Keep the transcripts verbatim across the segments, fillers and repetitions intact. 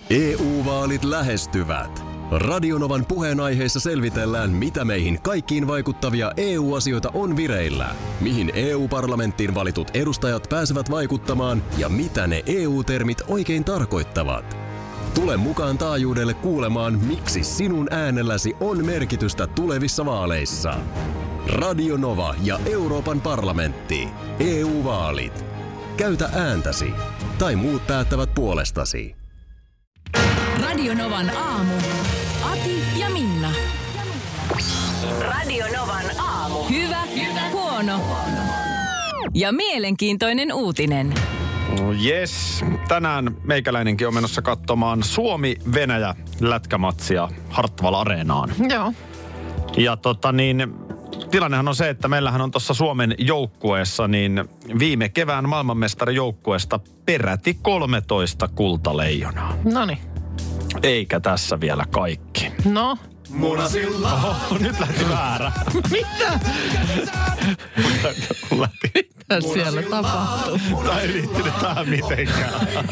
E U-vaalit lähestyvät. Radionovan puheenaiheessa selvitellään, mitä meihin kaikkiin vaikuttavia E U-asioita on vireillä, mihin E U-parlamenttiin valitut edustajat pääsevät vaikuttamaan ja mitä ne E U-termit oikein tarkoittavat. Tule mukaan taajuudelle kuulemaan, miksi sinun äänelläsi on merkitystä tulevissa vaaleissa. Radio Nova ja Euroopan parlamentti. E U-vaalit. Käytä ääntäsi. Tai muut päättävät puolestasi. Radio Novan aamu. Ati ja Minna. Radio Novan aamu. Hyvä, hyvä, huono ja mielenkiintoinen uutinen. Jes, tänään meikäläinenkin on menossa katsomaan Suomi-Venäjä-lätkämatsia Hartwall Areenaan. Joo. Ja tota niin, tilannehan on se, että meillähän on tuossa Suomen joukkueessa niin viime kevään maailmanmestarijoukkueesta peräti kolmetoista kultaleijonaa. Noniin. Eikä tässä vielä kaikki. No? Munasilla. Oho, nyt lähti väärä. Mitä? lähti. Mitä siellä tapahtuu? Tämä ei liittynyt tähän mitenkään.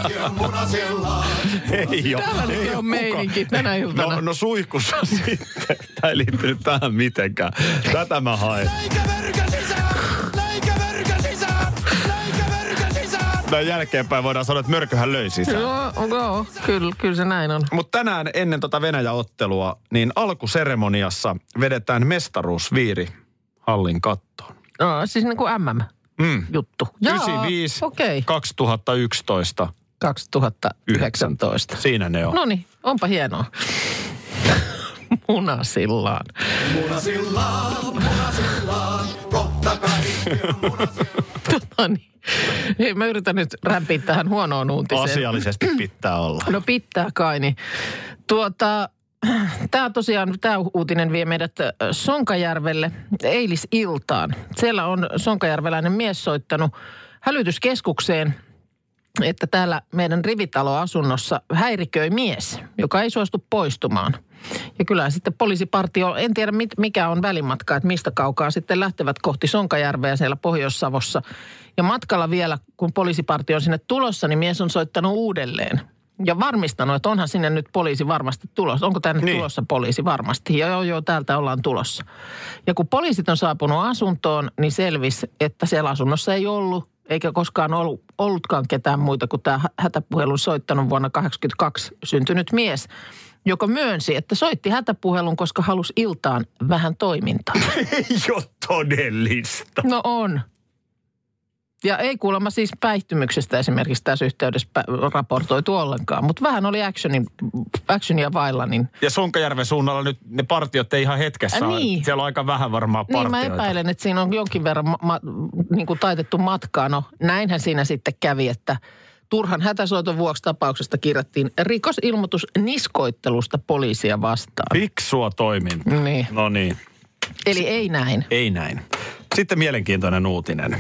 Ei oo. Täällä nyt on meininki tänä iltana. No, no suihkussa sitten. Tämä ei liittynyt tähän mitenkään. Tätä mä haen. Näin jälkeenpäin voidaan sanoa, että mörköhän löi sisään. Joo, joo, kyllä, kyllä se näin on. Mutta tänään ennen tota Venäjä-ottelua, niin alkuseremoniassa vedetään mestaruusviiri hallin kattoon. No, siis niin kuin M M-juttu. Mm. yhdeksänkymmentäviisi, okei. kaksituhattayksitoista, kaksituhattayhdeksäntoista. Siinä ne on. Noniin, onpa hienoa. Munasillaan. Munasillaan, munasillaan, kohta kaikki on munasillaan. Tota niin. Hei, mä yritän nyt rämpiä tähän huonoon uutiseen. Asiallisesti pitää olla. No pitää kai, niin. Tuota, tämä tosiaan, tämä uutinen vie meidät Sonkajärvelle eilisiltaan. Siellä on sonkajärveläinen mies soittanut hälytyskeskukseen, että täällä meidän rivitaloasunnossa häiriköi mies, joka ei suostu poistumaan. Ja kyllä sitten poliisipartio, en tiedä mikä on välimatka, että mistä kaukaa sitten lähtevät kohti Sonkajärveä siellä Pohjois-Savossa. Ja matkalla vielä, kun poliisipartio on sinne tulossa, niin mies on soittanut uudelleen. Ja varmistanut, että onhan sinne nyt poliisi varmasti tulossa. Onko tänne niin tulossa poliisi varmasti? Joo, joo, joo, täältä ollaan tulossa. Ja kun poliisit on saapunut asuntoon, niin selvisi, että siellä asunnossa ei ollut, eikä koskaan ollut, ollutkaan ketään muita kuin tämä hätäpuhelun soittanut vuonna kahdeksankymmentäkaksi syntynyt mies, joka myönsi, että soitti hätäpuhelun, koska halusi iltaan vähän toimintaa. Ei ole todellista. No on. Ja ei kuulemma siis päihtymyksestä esimerkiksi tässä yhteydessä raportoitu ollenkaan, mutta vähän oli actionin, actionia vailla. Niin... Ja Sonkajärven suunnalla nyt ne partiot ei ihan hetkessä ole. Niin. Siellä on aika vähän varmaan partioita. Niin mä epäilen, että siinä on jonkin verran ma- ma- niin kuin taitettu matkaa. No näinhän siinä sitten kävi, että turhan hätäsoiton vuoksi tapauksesta kirjattiin rikosilmoitus niskoittelusta poliisia vastaan. Fiksua toimintaa. Niin. No niin. Eli ei näin. Ei näin. Sitten mielenkiintoinen uutinen.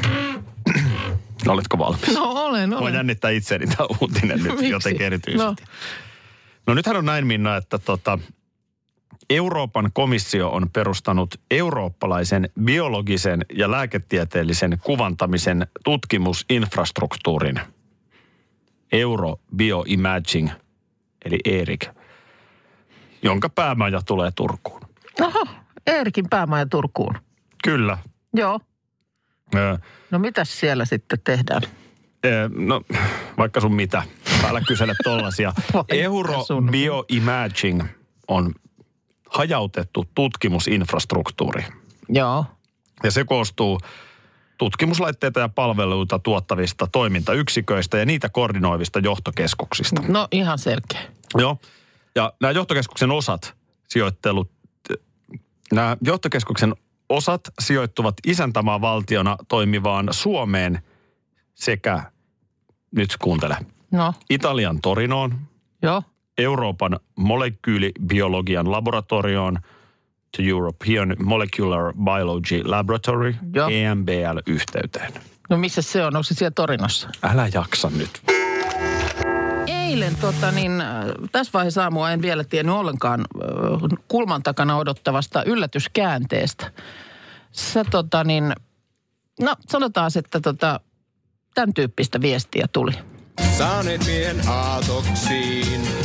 Oletko valmis? No olen, olen. Voin jännittää itseäni tämä uutinen nyt jotenkin erityisesti. No. no nythän on näin, Minna, että tota, Euroopan komissio on perustanut eurooppalaisen biologisen ja lääketieteellisen kuvantamisen tutkimusinfrastruktuurin. Euro Bioimaging, eli E R I C, jonka päämaja tulee Turkuun. Oho, E R I Cin päämaja Turkuun. Kyllä. Joo. Öö, no mitäs siellä sitten tehdään? Öö, no vaikka sun mitä. Älä kysele tollasia. Euro Bioimaging on hajautettu tutkimusinfrastruktuuri. Joo. Ja se koostuu tutkimuslaitteita ja palveluita tuottavista toimintayksiköistä ja niitä koordinoivista johtokeskuksista. No ihan selkeä. Joo. Ja nämä johtokeskuksen osat sijoittelut, nämä johtokeskuksen osat sijoittuvat isäntämaa valtiona toimivaan Suomeen sekä, nyt kuuntele, no. Italian Torinoon, joo. Euroopan molekyylibiologian laboratorioon, to European Molecular Biology Laboratory, joo. E M B L-yhteyteen. No missä se on? Onko se siellä Torinossa? Älä jaksa nyt. Eilen tota niin, tässä vaiheessa aamua en vielä tiennyt ollenkaan kulman takana odottavasta yllätyskäänteestä. Sä tota niin, no sanotaan, että tota, tämän tyyppistä viestiä tuli. Saaneet miehen aatoksiin, nyt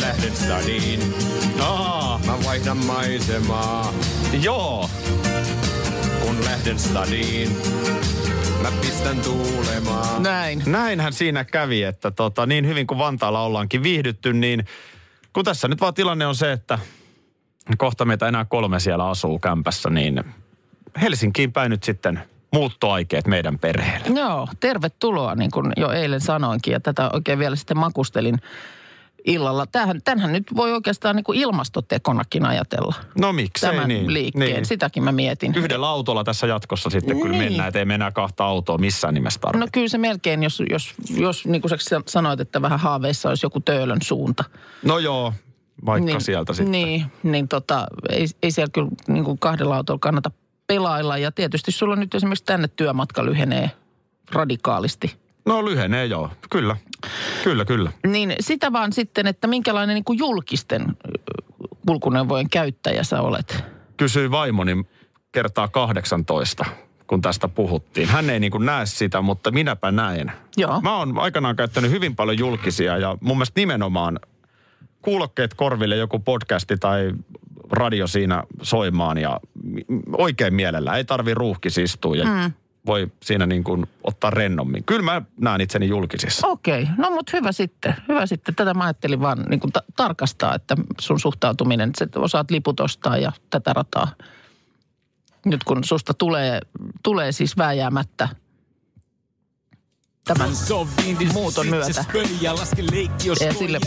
lähden stadiin. Aa. Mä vaihdan maisemaa. Joo. Kun lähden stadiin. Mä pistän tuulemaan. Näin. Näinhän siinä kävi, että tota, niin hyvin kuin Vantaalla ollaankin viihdytty, niin kun tässä nyt vaan tilanne on se, että kohta meitä enää kolme siellä asuu kämpässä, niin Helsinkiin päin nyt sitten muuttoaikeet meidän perheelle. Joo, tervetuloa, niin kuin jo eilen sanoinkin, ja tätä oikein vielä sitten makustelin illalla. Tämähän, tämähän nyt voi oikeastaan niin kuin ilmastotekonakin ajatella. No miksei Tämän niin. liikkeen, niin. sitäkin mä mietin. Yhdellä autolla tässä jatkossa sitten niin. Kyllä mennään, että ei me enää kahta autoa missään nimessä tarvitse. No kyllä se melkein, jos, jos, jos niin kuin sä sanoit, että vähän haaveissa olisi joku Töölön suunta. No joo, vaikka niin, sieltä sitten. Niin, niin tota, ei, ei siellä kyllä niin kuin kahdella autolla kannata pelailla. Ja tietysti sulla nyt esimerkiksi tänne työmatka lyhenee radikaalisti. No lyhenee joo, kyllä. Kyllä, kyllä. Niin sitä vaan sitten, että minkälainen niin kuin julkisten kulkuneuvojen käyttäjä sä olet? Kysyi vaimoni kertaa kahdeksantoista, kun tästä puhuttiin. Hän ei niin kuin näe sitä, mutta minäpä näen. Joo. Mä oon aikanaan käyttänyt hyvin paljon julkisia ja mun mielestä nimenomaan kuulokkeet korville, joku podcasti tai radio siinä soimaan ja oikein mielellä. Ei tarvi ruuhkisi istua ja mm. voi siinä niin kuin ottaa rennommin. Kyllä mä näen itseni julkisissa. Okei, no mut hyvä sitten. Hyvä sitten. Tätä mä ajattelin vaan niin kuin ta- tarkastaa, että sun suhtautuminen, että sä osaat liput ostaa ja tätä rataa. Nyt kun susta tulee, tulee siis vääjäämättä tämän muuton myötä. Ja sille...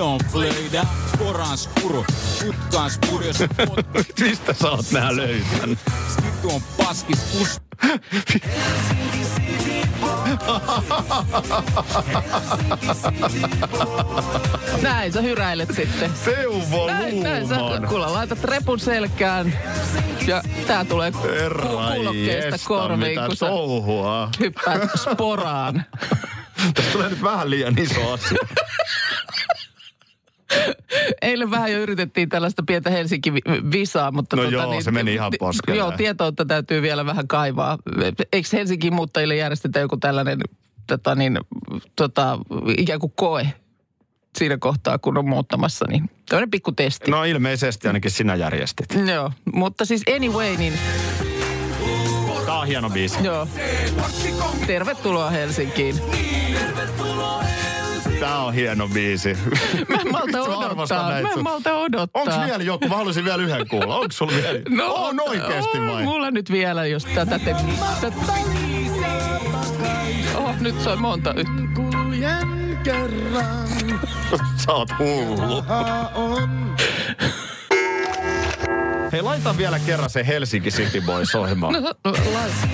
Mistä sä oot nää löytänyt? Näin sä hyräilet sitten. Seuvo Näin, näin sä Luuman. kuule laitat repun selkään ja tää tulee ku- kuulokkeesta korviin, kun sä touhua. hyppäät sporaan. Tästä tulee nyt vähän liian iso asia. Eilen vähän jo yritettiin tällaista pientä Helsinki-visaa, mutta... No tota, joo, niin, se meni ihan poskelle. Joo, tietoutta täytyy vielä vähän kaivaa. Eikö Helsingin muuttajille järjestetä joku tällainen tota, niin, tota, ikään kuin koe siinä kohtaa, kun on muuttamassa, niin tämmöinen pikku testi. No ilmeisesti ainakin sinä järjestit. Joo, mutta siis anyway, niin... Tää on hieno biisi. Joo. Tervetuloa Helsinkiin. Tää on hieno biisi. Mä en malta odottaa. Mä en malta odottaa. Onks vielä joku? Mä haluaisin vielä yhden kuulla. Onks sulla vielä? No, on oikeesti on vai? Mulla nyt vielä, jos tätä te... Tätä... Oh, nyt soi monta yhtä. Sä oot hullu. Hei, laita vielä kerran se Helsinki City Boy soimaan. No, no, laita.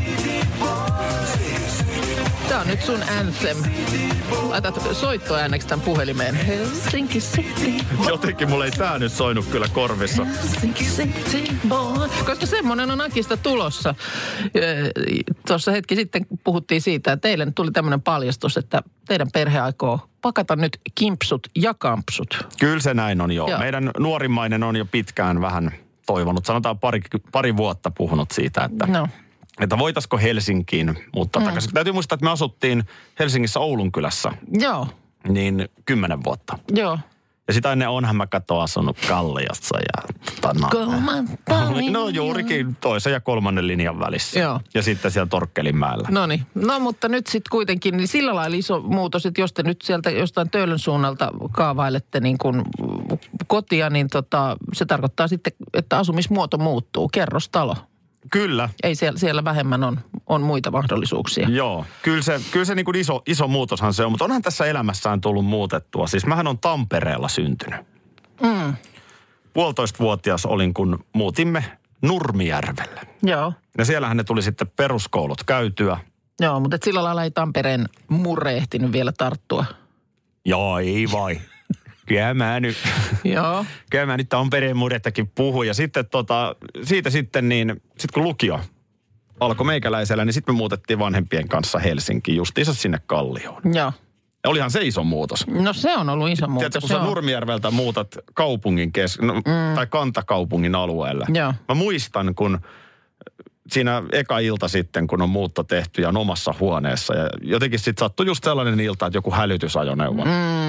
Tää on nyt sun anthem. Laitat soittoääneksi tämän puhelimeen. Helsinki City Boy. Jotenkin mulla ei tää nyt soinut kyllä korvissa. Helsinki City Boy. Koska semmonen on Akista tulossa. Tuossa hetki sitten puhuttiin siitä, että teille tuli tämmöinen paljastus, että teidän perhe aikoo pakata nyt kimpsut ja kampsut. Kyllä se näin on joo. Joo. Meidän nuorimmainen on jo pitkään vähän toivonut, sanotaan pari, pari vuotta puhunut siitä, että... No. Että voitaisiko Helsinkiin muuttaa mm. takaisin. Täytyy muistaa, että me asuttiin Helsingissä Oulunkylässä Joo, niin kymmenen vuotta. joo. Ja sitä ennen onhan mä kato asunut Kalliossa ja... Tana, no juurikin toisen ja kolmannen linjan välissä. Joo. Ja sitten siellä Torkkelinmäellä. No niin. No mutta nyt sitten kuitenkin niin sillä lailla iso muutos, että jos te nyt sieltä jostain Töölön suunnalta kaavailette niin kuin kotia, niin tota, se tarkoittaa sitten, että asumismuoto muuttuu. Kerrostalo. Kyllä. Ei siellä, siellä vähemmän on, on muita mahdollisuuksia. Joo, kyllä se, kyllä se niin kuin iso, iso muutoshan se on, mutta onhan tässä elämässään tullut muutettua. Siis mähän on Tampereella syntynyt. Mm. Puolitoistavuotias olin, kun muutimme Nurmijärvelle. Joo. Ja siellähän ne tuli sitten peruskoulut käytyä. Joo, mutta et sillä lailla ei Tampereen murre ehtinyt vielä tarttua. Joo, ei vai. Kyllä mä nyt, Joo. kyllä mä nyt Tampereen murrettakin puhun. Ja sitten tota, siitä sitten niin, sit kun lukio alkoi meikäläisellä, niin sitten me muutettiin vanhempien kanssa Helsinkiin, justiinsa sinne Kallioon. Joo. Ja olihan se iso muutos. No se on ollut iso muutos. Tiedätkö, kun sä joo. Nurmijärveltä muutat kaupungin kes... no, mm. tai kantakaupungin alueelle. Joo. Mä muistan, kun siinä eka ilta sitten, kun on muutto tehty ja on omassa huoneessa. Ja jotenkin sitten sattui just sellainen ilta, että joku hälytysajoneuvo Mm.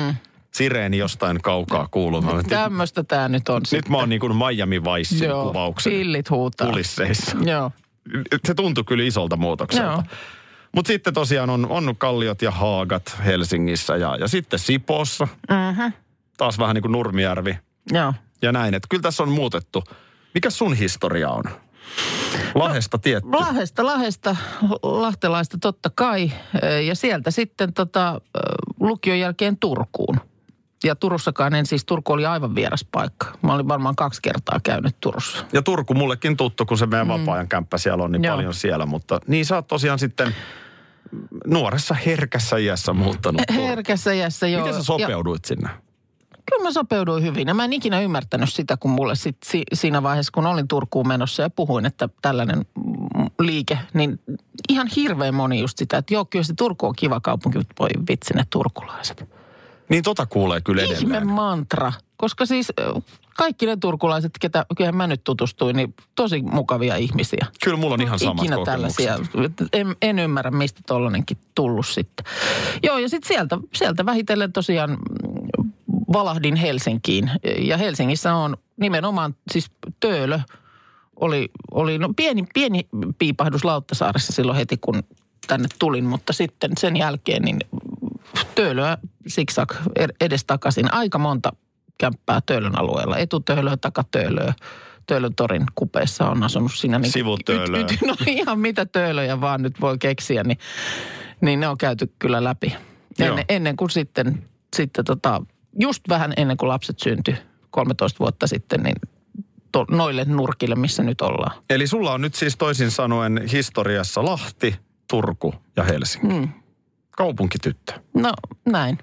sireeni jostain kaukaa kuulumaan. Tämmöistä tää nyt on. Nyt sitten. mä oon niin kuin Miami Vicein Joo, kuvauksen pillit huutaa. kulisseissa. Joo. Se tuntui kyllä isolta muutokselta. Mutta sitten tosiaan on, on Kalliot ja Haagat Helsingissä ja, ja sitten Sipoossa. Mm-hmm. Taas vähän niin kuin Nurmijärvi. Joo. Ja näin, että kyllä tässä on muutettu. Mikä sun historia on? Lahesta tietty. Lahesta, Lahesta, lahtelaista totta kai. Ja sieltä sitten tota, lukion jälkeen Turkuun. Ja Turussakaan en siis, Turku oli aivan vieras paikka. Mä olin varmaan kaksi kertaa käynyt Turussa. Ja Turku mullekin tuttu, kun se meidän mm. vapaa-ajan kämppä siellä on niin Joo. paljon siellä. Mutta niin sä oot tosiaan sitten nuoressa herkässä iässä muuttanut Turkuun. Herkässä iässä, joo. Miten sä sopeuduit ja sinne? Kyllä mä sopeuduin hyvin. Ja mä en ikinä ymmärtänyt sitä, kun mulle sit si- siinä vaiheessa, kun olin Turkuun menossa ja puhuin, että tällainen liike, niin ihan hirveän moni just sitä, että joo, kyllä se Turku on kiva kaupunki, mutta voi vitsi ne turkulaiset. Niin tota kuulee kyllä edelleen. Ihme mantra, koska siis kaikki ne turkulaiset, ketä kyllähän mä nyt tutustuin, niin tosi mukavia ihmisiä. Kyllä mulla on ihan samat ikinä kokemukset. Tällaisia. En, en ymmärrä, mistä tollanenkin tullut sitten. Joo, ja sitten sieltä, sieltä vähitellen tosiaan valahdin Helsinkiin. Ja Helsingissä on nimenomaan siis Töölö. Oli, oli no pieni, pieni piipahdus Lauttasaaressa silloin heti, kun tänne tulin, mutta sitten sen jälkeen niin Töölöä siksak edestakaisin. Aika monta kämppää Töölön alueella. Etutöölöä, takatöölöä. Töölön torin kupeessa on asunut siinä. Niin Sivutöölöä. Y- y- no ihan mitä töölöjä vaan nyt voi keksiä, niin, niin ne on käyty kyllä läpi. Ennen, ennen kuin sitten, sitten tota, just vähän ennen kuin lapset syntyi kolmetoista vuotta sitten, niin to, noille nurkille, missä nyt ollaan. Eli sulla on nyt siis toisin sanoen historiassa Lahti, Turku ja Helsinki. Mm. Kaupunkityttö. No näin.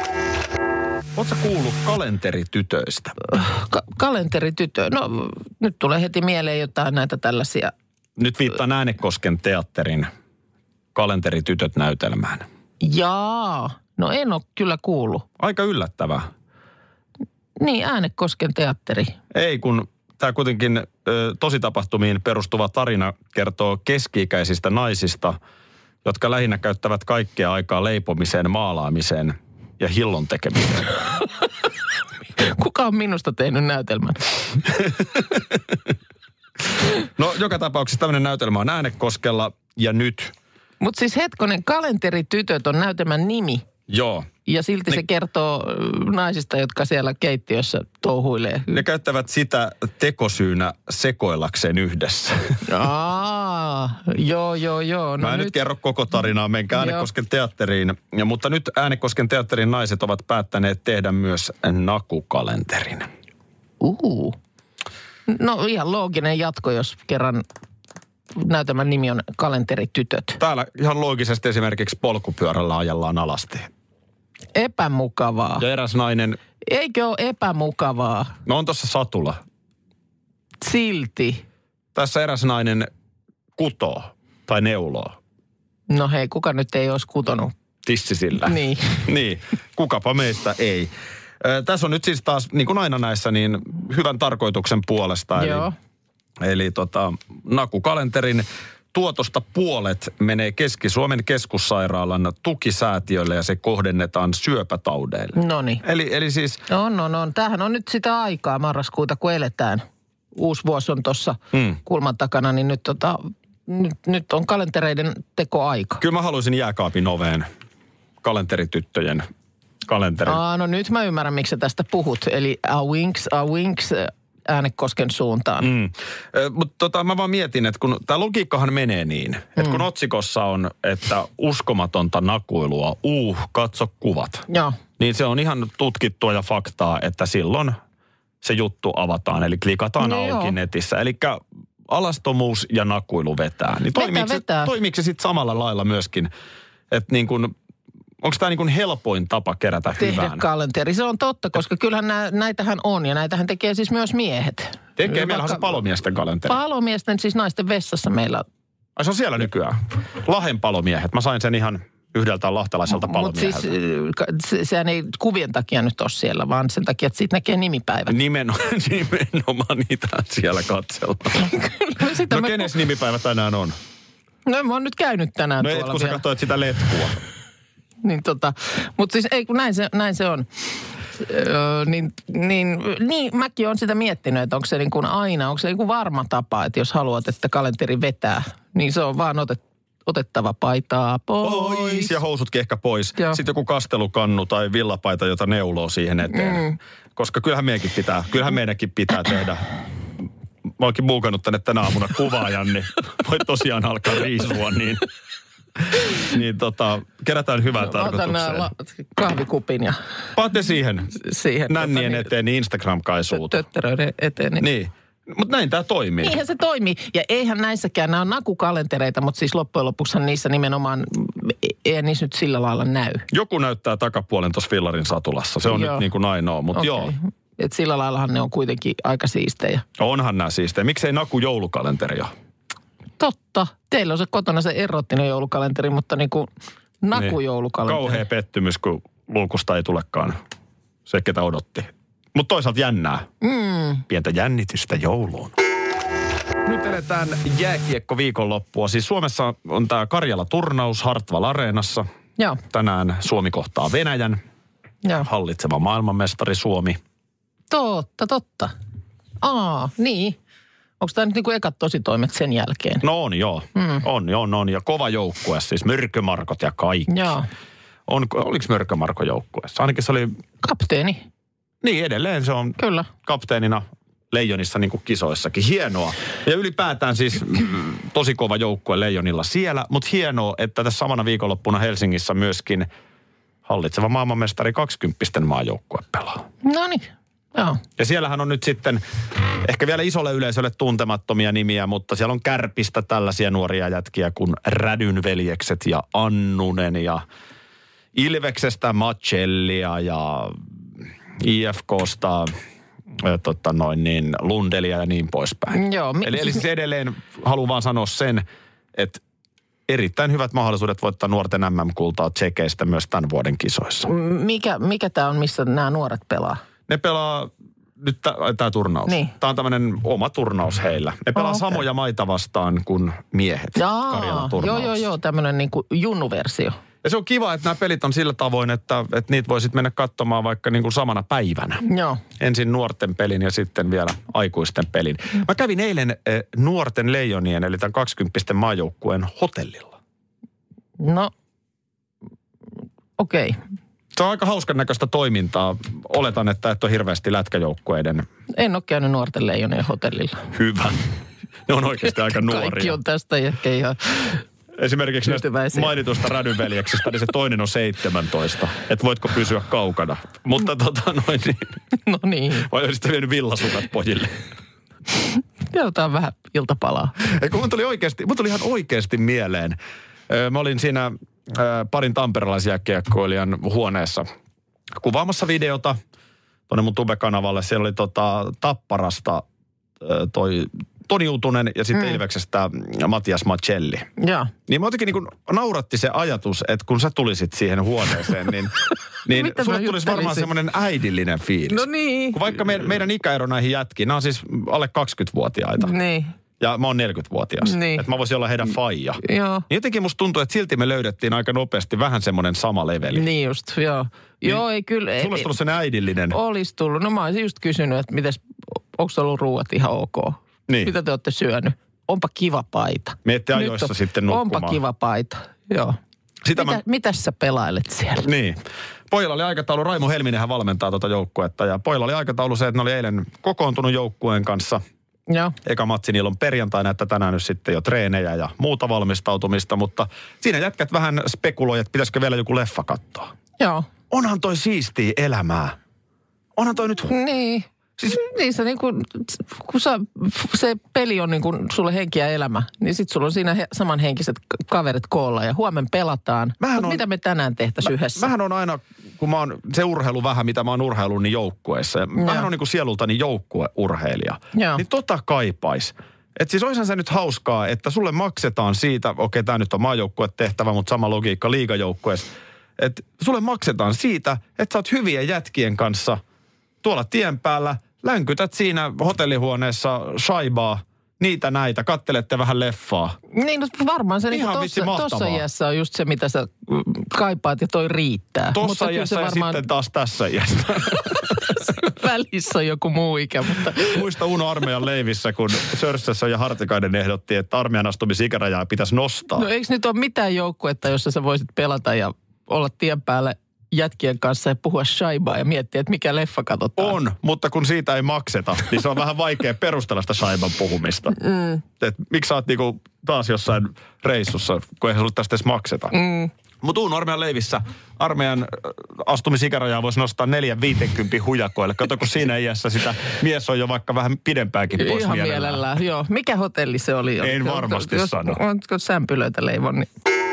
Ootko sä kuullut kalenteritytöistä? Ka- kalenteritytö. No nyt tulee heti mieleen jotain näitä tällaisia. Nyt viittaan Äänekosken teatterin kalenteritytöt näytelmään. Jaa. No en ole kyllä kuullut. Aika yllättävää. Niin, Äänekosken teatteri. Ei, kun tämä kuitenkin ö, tositapahtumiin perustuva tarina kertoo keski-ikäisistä naisista, jotka lähinnä käyttävät kaikkea aikaa leipomiseen, maalaamiseen ja hillon tekemiseen. Kuka on minusta tehnyt näytelmän? No joka tapauksessa tämmöinen näytelmä on Äänekoskella ja nyt. Mutta siis hetkonen, kalenteritytöt on näytelmän nimi. Joo. Ja silti ne, se kertoo naisista, jotka siellä keittiössä touhuilee. Ne käyttävät sitä tekosyynä sekoillakseen yhdessä. Aa, joo, joo, joo. No Mä en nyt kerro koko tarinaa, menkää Äänekosken teatteriin. Ja, mutta nyt Äänekosken teatterin naiset ovat päättäneet tehdä myös nakukalenterin. Uhu. No ihan looginen jatko, jos kerran näytelmän nimi on Kalenteritytöt. Täällä ihan loogisesti esimerkiksi polkupyörällä ajellaan alasti. Epämukavaa. Ja eräs nainen... Eikö ole epämukavaa? No on tossa satula. Silti. Tässä eräs nainen kutoo tai neuloo. No hei, kuka nyt ei olisi kutonut? Tissisillä. Niin. Niin, kukapa meistä ei. Ö, tässä on nyt siis taas, niin kuin aina näissä, niin hyvän tarkoituksen puolesta. Joo. Eli, eli tota, nakukalenterin tuotosta puolet menee Keski-Suomen keskussairaalan tukisäätiölle ja se kohdennetaan syöpätaudeille. Noniin. Eli, eli siis... On, on, on. Tämähän on nyt sitä aikaa marraskuuta, kun eletään. Uusi vuosi on tuossa hmm. kulman takana, niin nyt, tota, nyt, nyt on kalentereiden tekoaika. Kyllä mä haluaisin jääkaapin oveen kalenterityttöjen kalenterin. Aa, no nyt mä ymmärrän, miksi sä tästä puhut. Eli a winks, a winks Äänekosken suuntaan. Mm. Mutta tota, mä vaan mietin, että kun tämä logiikkahan menee niin, että mm. kun otsikossa on, että uskomatonta nakuilua, uh, katso kuvat. Joo. Niin se on ihan tutkittua ja faktaa, että silloin se juttu avataan, eli klikataan no auki joo. netissä. Eli alastomuus ja nakuilu vetää. Niin vetää, toimiiko, vetää. Se, toimiiko se sitten samalla lailla myöskin, että niin kuin... Onko tämä niin kuin helpoin tapa kerätä tehdä hyvään? kalenteri. Se on totta, koska kyllähän nä, näitähän on ja näitähän tekee siis myös miehet. Tekee, meillä on se palomiesten kalenteri. Palomiesten, siis naisten vessassa meillä. Ai se on siellä nykyään. Lahden palomiehet. Mä sain sen ihan yhdeltä lahtelaiselta palomieheltä. Mutta siis se, sehän ei kuvien takia nyt ole siellä, vaan sen takia, että siitä näkee nimipäivät. Nimenomaan, nimenomaan niitä siellä katsellaan. Kyllä, sitä no me... kenes nimipäivä tänään on? No mä oon nyt käynyt tänään no tuolla et, kun vielä. sä katsoit sitä letkua. Niin tota, mutta siis ei kun näin se, näin se on. Öö, niin, niin, niin, mäkin olen sitä miettinyt, että onko se niin kuin aina, onko se niin kuin varma tapa, että jos haluat, että kalenteri vetää, niin se on vaan otet, otettava paitaa pois. Pois ja housutkin ehkä pois. Joo. Sitten joku kastelukannu tai villapaita, jota neuloo siihen eteen. Mm. Koska kyllähän meidänkin pitää, kyllähän meidänkin pitää tehdä. Mä oonkin buukannut tänne tänä aamuna kuvaajan, niin voi tosiaan alkaa riisua, niin, niin tota, kerätään hyvää no, tarkoitukseen. Otan la- kahvikupin ja... Paatte siihen, siihen nännien tota, eteen, niin Instagram-kaisuuta. Tötteröiden eteen. Niin. niin. Mutta näin tämä toimii. Niinhän se toimii. Ja eihän näissäkään, nämä on nakukalentereita, mutta siis loppujen lopuksihan niissä nimenomaan, ei niissä nyt sillä lailla näy. Joku näyttää takapuolen tuossa fillarin satulassa. Se on joo. nyt niin kuin ainoa, mutta okay. joo. Et sillä laillahan ne on kuitenkin aika siistejä. Onhan nämä siistejä. Miksei naku joulukalenteria? Totta. Teillä on se kotona se erottinen joulukalenteri, mutta niin kuin nakujoulukalenteri. Niin. Kauhea pettymys, kun luukusta ei tulekaan se, ketä odotti. Mutta toisaalta jännää. Mm. Pientä jännitystä jouluun. Nyt eletään jääkiekko viikonloppua. Siis Suomessa on tämä Karjala-turnaus Hartwall Areenassa. Joo. Tänään Suomi kohtaa Venäjän. Joo. Hallitseva maailmanmestari Suomi. Totta, totta. Aa, niin. Onko tämä nyt niinku ekat tositoimet sen jälkeen? No on joo. Mm. On, on, on. Ja kova joukkue, siis Mörkömarkot ja kaikki. Joo. On, oliko Mörkömarko joukkueessa? Ainakin se oli... Kapteeni. Niin, edelleen se on Kyllä. kapteenina Leijonissa niin kuin kisoissakin. Hienoa. Ja ylipäätään siis mm, tosi kova joukkue Leijonilla siellä, mutta hienoa, että tässä samana viikonloppuna Helsingissä myöskin hallitseva maailmanmestari kaksikymppisten maajoukkue pelaa. No niin, joo. Ja siellähän on nyt sitten ehkä vielä isolle yleisölle tuntemattomia nimiä, mutta siellä on Kärpistä tällaisia nuoria jätkiä kuin Rädyn veljekset ja Annunen ja Ilveksestä Macellia ja I F K:sta tota noin niin, Lundelia ja niin poispäin. Joo. Mi- eli, eli siis edelleen haluan vaan sanoa sen, että erittäin hyvät mahdollisuudet voittaa nuorten M M-kultaa Tsekeistä myös tämän vuoden kisoissa. Mikä, mikä tämä on, missä nämä nuoret pelaa? Ne pelaa, nyt tämä turnaus. Niin. Tämä on tämmöinen oma turnaus heillä. Ne pelaa oh, okay. samoja maita vastaan kuin miehet Karjalan turnauksessa. Joo, joo, joo, tämmöinen niin kuin junnuversio. Ja se on kiva, että nämä pelit on sillä tavoin, että, että niitä voisit mennä katsomaan vaikka niin kuin samana päivänä. Joo. Ensin nuorten pelin ja sitten vielä aikuisten pelin. Mä kävin eilen eh, nuorten Leijonien, eli tämän kaksikymppisten maajoukkueen hotellilla. No, okei. Okay. Se on aika hauskan näköistä toimintaa. Oletan, että et ole hirveästi lätkäjoukkueiden. En ole käynyt nuorten Leijonien hotellilla. Hyvä. Ne on oikeasti aika nuoria. Kaikki on tästä ehkä ihan... Esimerkiksi näistä mainitusta Rädyn veljeksestä, niin se toinen on seitsemäntoista. Että voitko pysyä kaukana. Mutta tota noin niin. No niin. Vai olisit vienyt villasukat pojille? Jotain vähän iltapalaa. Ei kun mun tuli oikeasti, mun tuli ihan oikeasti mieleen. Mä olin siinä parin tamperelaisjääkiekkoilijan huoneessa kuvaamassa videota tuonne mun Tube-kanavalle. Siellä oli tota Tapparasta toi... Toni Utunen ja sitten mm. Ilveksestä Matias Macelli. Joo. Niin mä jotenkin niin kuin nauratti se ajatus, että kun sä tulisit siihen huoneeseen, niin, niin sulle tulisi varmaan semmoinen äidillinen fiilis. No niin. Kun vaikka me, meidän ikäero näihin jätkiin, nämä on siis alle kaksikymmentävuotiaita. Niin. Ja mä oon neljäkymmentävuotias. Niin. Että mä voisin olla heidän faija. Joo. Niin jotenkin musta tuntuu, että silti me löydettiin aika nopeasti vähän semmoinen sama leveli. Niin just, joo. Niin, joo, ei kyllä. Sulla olisi tullut semmoinen äidillinen. Olisi tullut. No mä olisin just kysynyt, että mites, onko ollut ruuat ihan ok? Niin. Mitä te olette syönyt? Onpa kiva paita. Miette ajoissa on, sitten nukkumaan. Onpa kiva paita, joo. Sitä Mitä, mä... Mitäs sä pelailet siellä? Niin. Pojalla oli aikataulu, Raimo Helminenhän valmentaa tuota joukkuetta. Ja pojalla oli aikataulu se, että ne oli eilen kokoontunut joukkueen kanssa. Joo. Eka matsi niillä on perjantaina, että tänään nyt sitten jo treenejä ja muuta valmistautumista. Mutta siinä jätkät vähän spekuloi, että pitäisikö vielä joku leffa katsoa. Joo. Onhan toi siistiä elämää. Onhan toi nyt... Niin. Siis niin se niin kuin, kun sä, se peli on niin kuin sulle henki ja elämä, niin sit sulla on siinä he, samanhenkiset kaverit koolla ja huomenna pelataan. On, mitä me tänään tehtäisiin yhdessä? Mähän on aina, kun mä oon se urheilu vähän, mitä mä oon urheillut, niin joukkueessa. Mähän on niin kuin sielultani joukkueurheilija. Joo. Niin tota kaipais. Että siis olisihan se nyt hauskaa, että sulle maksetaan siitä, okei okay, tää nyt on maajoukkuetehtävä, mutta sama logiikka liigajoukkueessa. Että sulle maksetaan siitä, että sä oot hyvien jätkien kanssa tuolla tien päällä, länkytät siinä hotellihuoneessa shaibaa niitä näitä, kattelette vähän leffaa. Niin, no varmaan se Ihan niin vitsi tossa, mahtavaa. tossa iässä on just se, mitä sä kaipaat ja toi riittää. Tossa kyllä iässä se ja varmaan sitten taas tässä iässä. välissä on joku muu ikä, mutta... Muista Uno armeijan leivissä, kun Sörssässä ja Hartikainen ehdotti, että armeijan astumisikärajaa pitäisi nostaa. No eikö nyt ole mitään joukkuetta, jossa sä voisit pelata ja olla tien päällä jätkien kanssa ja puhua shaibaa ja miettiä, että mikä leffa katsotaan? On, mutta kun siitä ei makseta, niin se on vähän vaikea perustella sitä shaiban puhumista. Mm. Et miksi sä oot niinku taas jossain reissussa, kun ei sulle tästä edes makseta. Mm. Mutta Uun armeijan leivissä armeijan astumisikärajaa voisi nostaa neljän viidenkympin hujakoille. Kato, kun siinä iässä sitä mies on jo vaikka vähän pidempääkin pois Ihan mielellään. mielellään, joo. Mikä hotelli se oli? En varmasti jos, sano. Oletko sämpylöitä leivon, niin...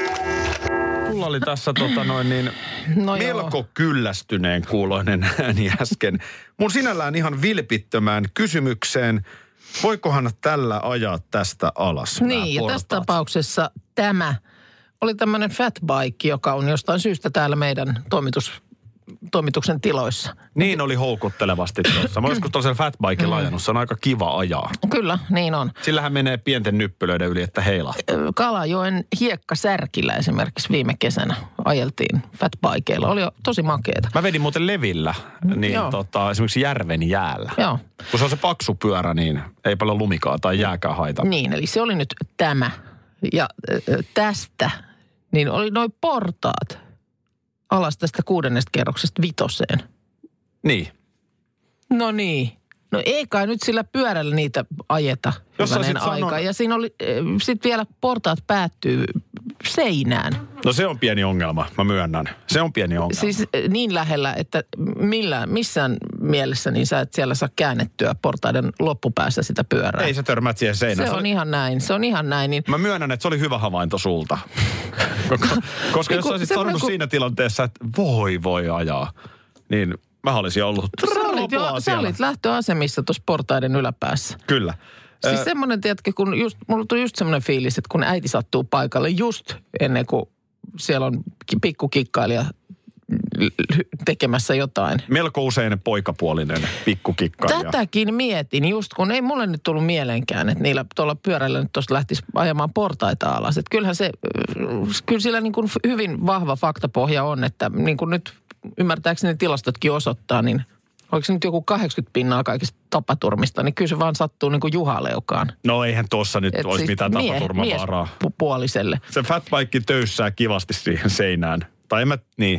Mulla oli tässä tota noin niin No melko joo. kyllästyneen kuuloinen ääni äsken. Mun sinällään ihan vilpittömään kysymykseen, voikohan tällä ajaa tästä alas? nämä Niin, ja tässä portaat? tapauksessa tämä oli tämmöinen fatbike, joka on jostain syystä täällä meidän toimitus, toimituksen tiloissa. Niin oli houkuttelevasti tuossa. Mä joskus tuollaisen fatbikella ajanut, se on aika kiva ajaa. Kyllä, niin on. Sillähän menee pienten nyppylöiden yli, että heilahtaa. Kalajoen hiekkasärkillä esimerkiksi viime kesänä ajeltiin fatbikeilla. Oli jo tosi makeeta. Mä vedin muuten levillä, niin Joo. tota, esimerkiksi järven jäällä. Joo. Kun se on se paksu pyörä, niin ei paljon lumikaa tai jääkään haita. Niin, eli se oli nyt tämä. Ja äh, tästä, niin oli noi portaat alas tästä kuudennesta kerroksesta vitoseen. Niin. No niin. No ei kai nyt sillä pyörällä niitä ajeta Jos sä hyvänen olisit aika. sanonut- Ja siinä oli, sitten vielä portaat päättyy seinään. No se on pieni ongelma, mä myönnän. Se on pieni ongelma. Siis eh, niin lähellä, että millään, missään mielessä niin sä et siellä saa käännettyä portaiden loppupäässä sitä pyörää. Ei sä törmät siihen seinään. Se on oli- ihan näin, se on ihan näin. Niin Mä myönnän, että se oli hyvä havainto sulta. Koska, koska Niin jos kun sä olisit semmoinen sanonut kun- siinä tilanteessa, että voi voi ajaa, niin mä olisin ollut sä olit, jo, roplaa sä siellä. olit lähtöasemissa tuossa portaiden yläpäässä. Kyllä. Siis Ö, semmoinen, tiedätkö, kun just, mulla tuli just semmoinen fiilis, että kun äiti sattuu paikalle just ennen kuin siellä on ki- pikkukikkailija tekemässä jotain. melko usein poikapuolinen pikkukikkailija. Tätäkin mietin just, kun ei mulle nyt tullut mieleenkään, että niillä tuolla pyörällä nyt tuosta lähtisi ajamaan portaita alas. Että kyllähän se, kyllä sillä niin kuin hyvin vahva faktapohja on, että niin kuin nyt ymmärtääkseni tilastotkin osoittaa, niin oliko se nyt joku kahdeksankymmentä pinnaa kaikista tapaturmista, niin kyllä se vaan sattuu niin kuin juhaleukaan. No eihän tuossa nyt Et olisi siis mitään mie- tapaturmavaaraa. miespuoliselle. Se fatbike töyssää kivasti siihen seinään. Tai en mä, niin.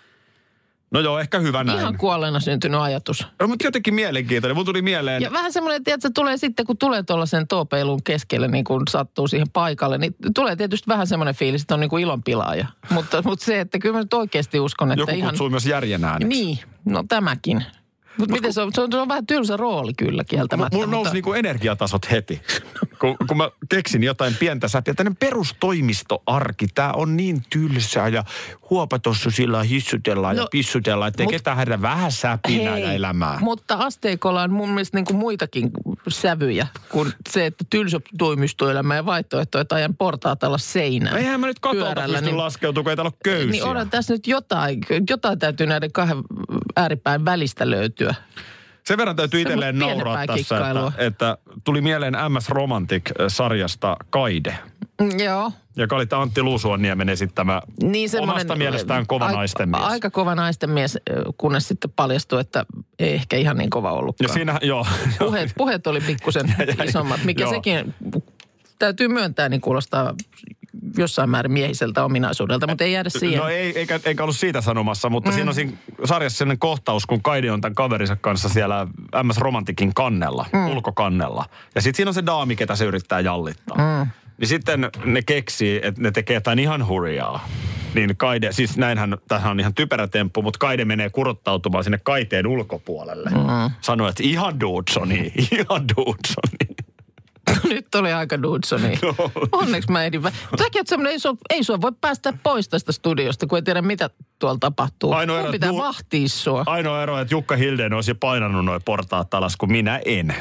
No joo, ehkä hyvä näin. Ihan kuolleena syntynyt ajatus. No, mutta jotenkin mielenkiintoinen. Mun tuli mieleen... Ja vähän semmoinen, että se tulee sitten, kun tulee tuollaisen toopeilun keskelle, niin kun sattuu siihen paikalle, niin tulee tietysti vähän semmoinen fiilis, että on niin kuin ilonpilaaja. mutta, mutta se, että kyllä mä nyt oikeasti uskon, että Joku ihan... kutsui myös järjen ääneksi. Niin, no tämäkin. Mutta miten se on, se on? Se on vähän tylsä rooli kyllä kieltämättä. Mulla nousi mutta... niinku energiatasot heti, kun, kun mä keksin jotain pientä sätiä. Tällainen perustoimistoarki, tää on niin tylsää ja huopatossa sillä hissutellaan no, ja pissutellaan, ettei mut- ketään herätä vähän säpinää ja elämää. Mutta asteikolla on mun mielestä niin kuin muitakin sävyjä kuin se, että tylsä toimistoelämä ja vaihtoehto, että ajan portaat alas seinään. Eihän mä nyt katolta pyörällä, pysty niin- laskeutumaan, kun ei täällä ole köysiä. Niin on tässä nyt jotain, jotain täytyy näiden kahden ääripään välistä löytyä. Sen verran täytyy itselleen Semmoista nauraa pienempää tässä, kikkailua. että, että tuli mieleen M S Romantic-sarjasta Kaide, Mm, Joo. joka oli tämä Antti Luusuonniemen esittämä Niin semmoinen, omasta mielestään kova a- naisten mies. Aika kova naisten mies, kunnes sitten paljastui, että ei ehkä ihan niin kova Ja ollutkaan. siinä, joo. Puheet, puheet oli pikkusen isommat, mikä Joo. sekin täytyy myöntää, niin kuulostaa jossain määrin miehiseltä ominaisuudelta, mutta ei jäädä siihen. No ei, eikä, eikä ollut siitä sanomassa, mutta mm. siinä on siinä sarjassa sellainen kohtaus, kun Kaide on tämän kaverinsa kanssa siellä M S Romantikin kannella, mm. ulkokannella. Ja sitten siinä on se daami, ketä se yrittää jallittaa. Mm. Niin sitten ne keksii, että ne tekee jotain ihan hurjaa. Niin Kaide, siis näinhän, tämähän on ihan typerä temppu, mutta Kaide menee kurottautumaan sinne Kaiteen ulkopuolelle. Mm. Sanoo, että ihan Dudesoni, ihan Dudesoni. Nyt oli aika Dudsoni. Onneksi mä ehdin. Säkin oot semmoinen, ei sua, ei sua voi päästä pois tästä studiosta, kun ei tiedä mitä tuolla tapahtuu. Ainoa Mun ero, pitää du- vahtia sua. Ainoa ero, että Jukka Hilden olisi painanut noi portaat alas, kun minä en.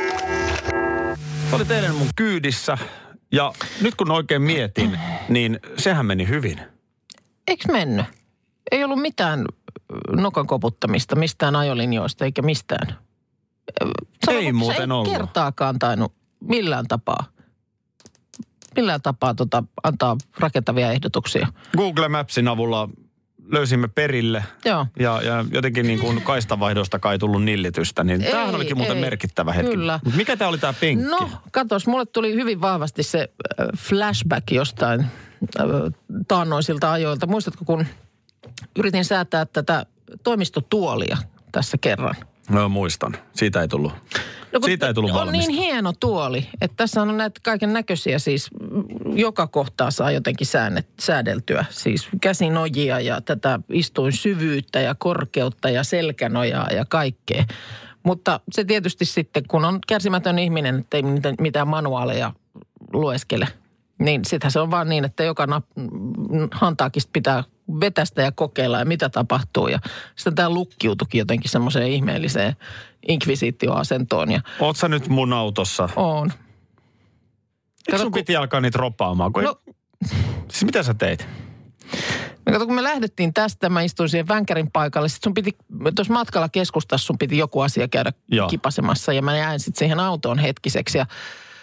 Se oli teidän mun kyydissä. Ja nyt kun oikein mietin, niin sehän meni hyvin. Eiks mennyt? Ei ollut mitään nokan koputtamista, mistään ajolinjoista eikä mistään. Sano, Ei sä muuten et ollut. kertaakaan tainnut millään tapaa, millään tapaa tota, antaa rakentavia ehdotuksia. Google Mapsin avulla löysimme perille. Joo. Ja, ja jotenkin niin kuin kaistanvaihdosta kai tullut nillitystä, niin ei, tämähän olikin muuten ei, merkittävä hetki. Kyllä. Mut mikä tämä oli tämä penkki? No, katos, mulle tuli hyvin vahvasti se äh, flashback jostain äh, taannoisilta ajoilta. Muistatko, kun yritin säätää tätä toimistotuolia tässä kerran? No muistan. Siitä ei tullut. No, Siitä ei tullut on valmista. niin hieno tuoli, että tässä on näitä kaiken näköisiä siis, joka kohtaa saa jotenkin säännet, säädeltyä. Siis käsinojia ja tätä istuin syvyyttä ja korkeutta ja selkänojaa ja kaikkea. Mutta se tietysti sitten, kun on kärsimätön ihminen, että ei mitään manuaaleja lueskele, niin sittenhän se on vaan niin, että joka nap- hantaakista pitää vetästä ja kokeilla ja mitä tapahtuu. Ja sitten tämä lukkiutukin jotenkin semmoiseen ihmeelliseen inkvisitioasentoon. Ja oot sä nyt mun autossa? on. Eikö sun piti alkaa niitä ropaamaan? Kun No, ei... Siis mitä sä teit? no kato, kun me lähdettiin tästä, mä istuin siihen vänkärin paikalle. Sitten sun piti, tuossa matkalla keskustassa sun piti joku asia käydä Joo. kipasemassa. Ja mä jäin sitten siihen autoon hetkiseksi. Ja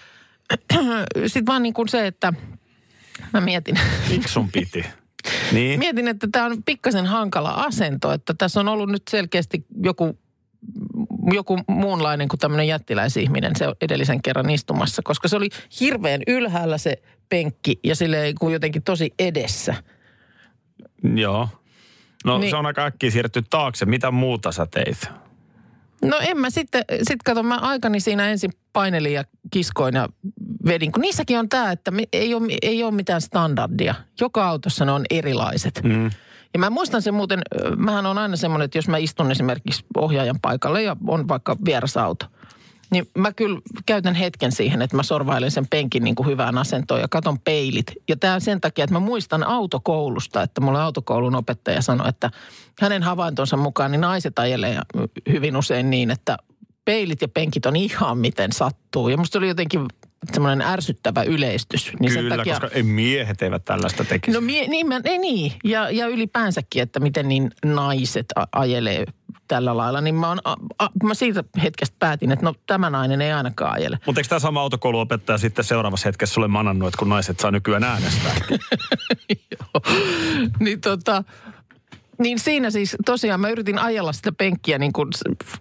sitten vaan niin kuin se, että mä mietin... Miksi sun piti? Niin. Mietin, että tämä on pikkasen hankala asento, että tässä on ollut nyt selkeästi joku, joku muunlainen kuin tämmöinen jättiläisihminen se edellisen kerran istumassa, koska se oli hirveän ylhäällä se penkki ja silleen kuin jotenkin tosi edessä. Joo. No Niin. se on aika äkkiä siirretty taakse. Mitä muuta sä teit? No en mä sitten, sit kato mä aikani siinä ensin painelin ja kiskoin ja vedin, kun niissäkin on tämä, että ei ole, ei ole mitään standardia. Joka autossa ne on erilaiset. Mm. Ja mä muistan sen muuten, mähän on aina semmoinen, että jos mä istun esimerkiksi ohjaajan paikalle ja on vaikka vieras auto, niin mä kyllä käytän hetken siihen, että mä sorvailen sen penkin niin kuin hyvään asentoon ja katon peilit. Ja tämä sen takia, että mä muistan autokoulusta, että mulle autokoulun opettaja sanoi, että hänen havaintonsa mukaan niin naiset ajelee hyvin usein niin, että peilit ja penkit on ihan miten sattuu. Ja musta oli jotenkin semmoinen ärsyttävä yleistys. Niin Kyllä, sen takia, koska ei miehet eivät tällaista tekisi. no mie, niin, mä, ei niin. Ja, ja ylipäänsäkin, että miten niin naiset a, ajelee tällä lailla. Niin mä, on, a, a, mä siitä hetkestä päätin, että no tämä nainen ei ainakaan ajele. Mutta eikö tämä sama autokouluopettaja sitten seuraavassa hetkessä sulle manannut, että kun naiset saa nykyään äänestää? Joo. Niin tota, niin siinä siis tosiaan mä yritin ajella sitä penkkiä niin kuin...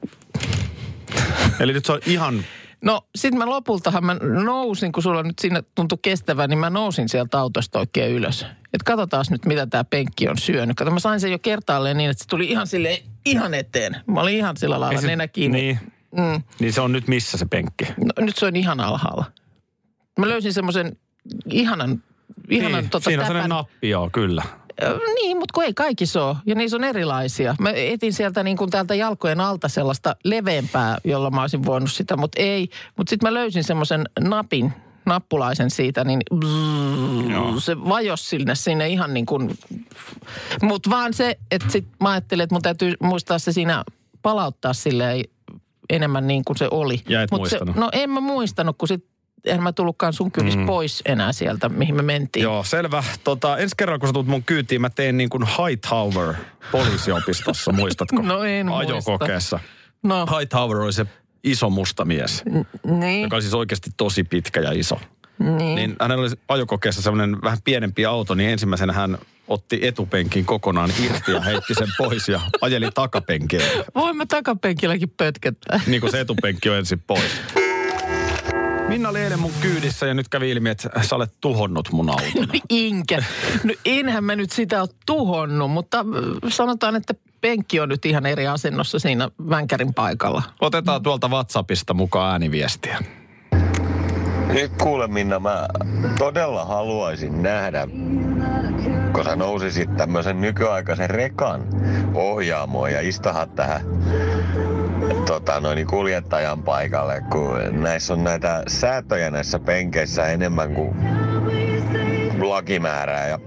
Eli nyt se on ihan... No sit mä lopultahan mä nousin, kun sulla nyt siinä tuntui kestävän, niin mä nousin sieltä autosta oikein ylös. Että katsotaan nyt, mitä tää penkki on syönyt. Kato, mä sain sen jo kertaalleen niin, että se tuli ihan silleen, ihan eteen. Mä olin ihan sillä lailla se, nenä kiinni. Niin, Mm. niin se on nyt missä se penkki? No, nyt se on ihan alhaalla. Mä löysin semmoisen ihanan, ihanan niin, tota, siinä on täpän. sellainen nappi, joo, kyllä. Ö, Niin, mutta kun ei kaikissa ole. Ja niissä on erilaisia. Mä etin sieltä niin kuin täältä jalkojen alta sellaista leveämpää, jolla mä olisin voinut sitä, mutta ei. Mutta sitten mä löysin semmoisen napin, nappulaisen siitä, niin bzzz, se vajosi sinne, sinne ihan niin kuin... Mutta vaan se, että sitten mä ajattelin, että mun täytyy muistaa se siinä palauttaa silleen enemmän niin kuin se oli. Ja et Mut muistanut. Se, no en mä muistanut, kun sitten en mä tullutkaan sun kylissä mm. pois enää sieltä, mihin me mentiin. Joo, selvä. Tota, ensi kerralla, kun sä tulet mun kyytiin, mä teen niin kuin Hightower poliisiopistossa, muistatko? No en muista. Ajokokeessa. No. Hightower oli se iso musta mies, Niin. joka oli siis oikeasti tosi pitkä ja iso. Niin. Niin hänellä oli ajokokeessa semmoinen vähän pienempi auto, niin ensimmäisenä hän otti etupenkin kokonaan irti ja heitti sen pois ja ajeli takapenkille. Voin mä takapenkilläkin pötkettää. Niin kuin se etupenkki on ensin pois. Minna oli eilen mun kyydissä ja nyt kävi ilmi, että sä olet tuhonnut mun auton. Inkä. No enhän mä nyt sitä ole tuhonnut, mutta äh, sanotaan, että penkki on nyt ihan eri asennossa siinä vänkärin paikalla. Otetaan tuolta WhatsAppista mukaan ääniviestiä. Nyt kuule Minna, mä todella haluaisin nähdä, kun sä nousisit tämmöisen nykyaikaisen rekan ohjaamoon ja istahat tähän tota, noin, kuljettajan paikalle, kun näissä on näitä säätöjä näissä penkeissä enemmän kuin lakimäärää ja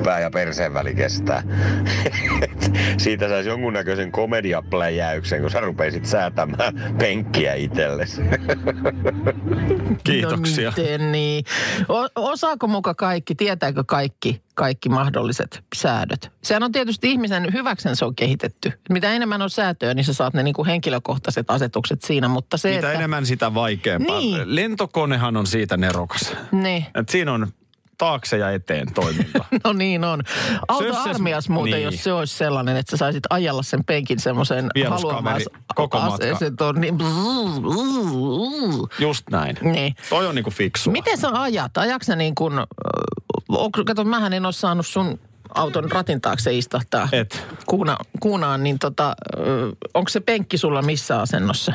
pää ja perseen väli kestää. Siitä saisi jonkunnäköisen komediapläjäyksen, kun sä rupeisit säätämään penkkiä itsellesi. Kiitoksia. No miten niin? O- osaako muka kaikki, tietääkö kaikki, kaikki mahdolliset säädöt? Sehän on tietysti ihmisen hyväksen se on kehitetty. Mitä enemmän on säätöä, niin sä saat ne niin kuin henkilökohtaiset asetukset siinä, mutta se, Mitä että... enemmän, sitä vaikeampaa. Niin. Lentokonehan on siitä nerokas. Niin. Et siinä on taakse ja eteen toiminta. No niin on. Autoarmias muuten, niin. jos se olisi sellainen, että sä saisit ajalla sen penkin semmoisen haluamaan koko matka. Niin... Just näin. Niin. Toi on niinku fiksua. Miten sä ajat? Ajaks sä niin kuin... Kato, mähän en ole saanut sun auton ratin taakse istahtaa. Et. Kuuna, kuunaan, niin tota, onko se penkki sulla missä asennossa?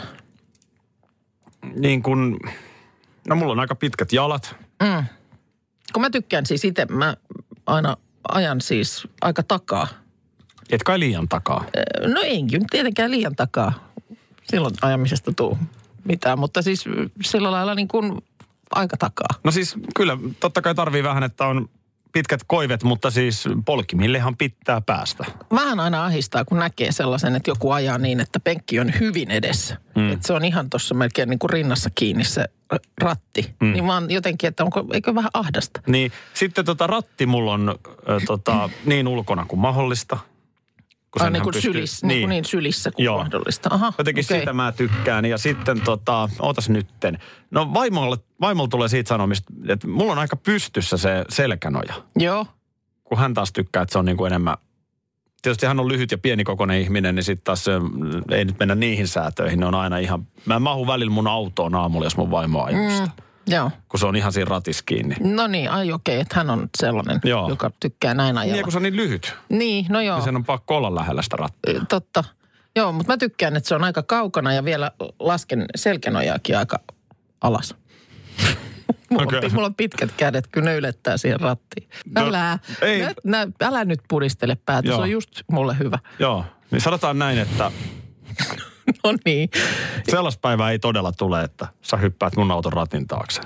Niin kun... No mulla on aika pitkät jalat. Mm. Kun mä tykkään siis itse, mä aina ajan siis aika takaa. Et kai liian takaa. No ei tietenkään liian takaa. Silloin ajamisesta tuu mitään, mutta siis sillä lailla niin kuin aika takaa. No siis kyllä, totta kai tarvii vähän, että on pitkät koivet, mutta siis polkimillehan pitää päästä. Vähän aina ahistaa, kun näkee sellaisen, että joku ajaa niin, että penkki on hyvin edessä. Mm. Että se on ihan tuossa melkein niin kuin rinnassa kiinni se ratti. Mm. Niin vaan jotenkin, että onko, eikö vähän ahdasta? Niin, sitten tota ratti mulla on äh, tota, niin ulkona kuin mahdollista. Ah, niin kuin pystyy, sylissä, niin. Niin, niin sylissä kuin Joo. mahdollista. Aha, jotenkin okay. Siitä mä tykkään. Ja sitten tota, ootas nytten. No vaimolle, vaimolle tulee siitä sanomista, että mulla on aika pystyssä se selkänoja. Joo. Kun hän taas tykkää, että se on niin kuin enemmän, tietysti hän on lyhyt ja pienikokoinen ihminen, niin sitten taas se, ei nyt mennä niihin säätöihin. Ne on aina ihan, mä en mahu välillä mun autoon aamulla, jos mun vaimo ajaa sitä. Mm. Joo. Kun se on ihan siinä ratissa kiinni. No niin, ai okei, okay, että hän on sellainen, joo. joka tykkää näin ajalla. Niin, kun se on niin lyhyt. Niin, no joo. Niin sen on pakko olla lähellä sitä rattia. Totta. Joo, mutta mä tykkään, että se on aika kaukana ja vielä lasken selkänojaakin aika alas. mulla, okay. on, mulla on pitkät kädet, kun ne ylettää siihen rattiin. Älä, no, ei. Nä, nä, älä nyt puristele päätä, joo. Se on just mulle hyvä. Joo, niin sanotaan näin, että... No niin. Sellaista päivää ei todella tule, että sä hyppäät mun auton ratin taakse.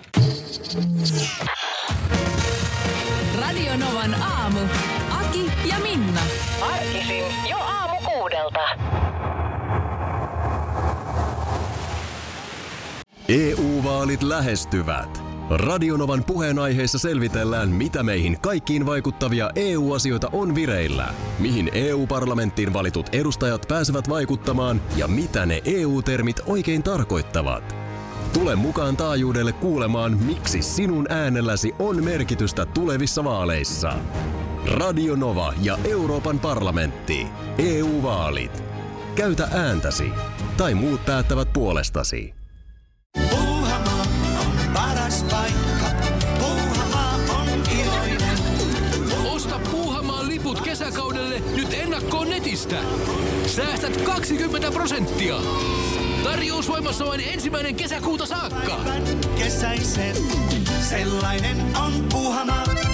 Radio Novan aamu. Aki ja Minna. Arkisin jo aamu kuudelta. E U-vaalit lähestyvät. Radionovan puheenaiheessa selvitellään, mitä meihin kaikkiin vaikuttavia E U-asioita on vireillä, mihin E U-parlamenttiin valitut edustajat pääsevät vaikuttamaan ja mitä ne E U-termit oikein tarkoittavat. Tule mukaan taajuudelle kuulemaan, miksi sinun äänelläsi on merkitystä tulevissa vaaleissa. Radio Nova ja Euroopan parlamentti. E U-vaalit. Käytä ääntäsi. Tai muut päättävät puolestasi. Puuhamaa on paras paikka. Puuhamaa on iloinen. Osta Puuhamaan liput kesäkaudelle nyt ennakkoon netistä. Säästät kaksikymmentä prosenttia. Tarjous voimassa vain ensimmäinen kesäkuuta saakka. Kesäisen, sellainen on Puuhamaa.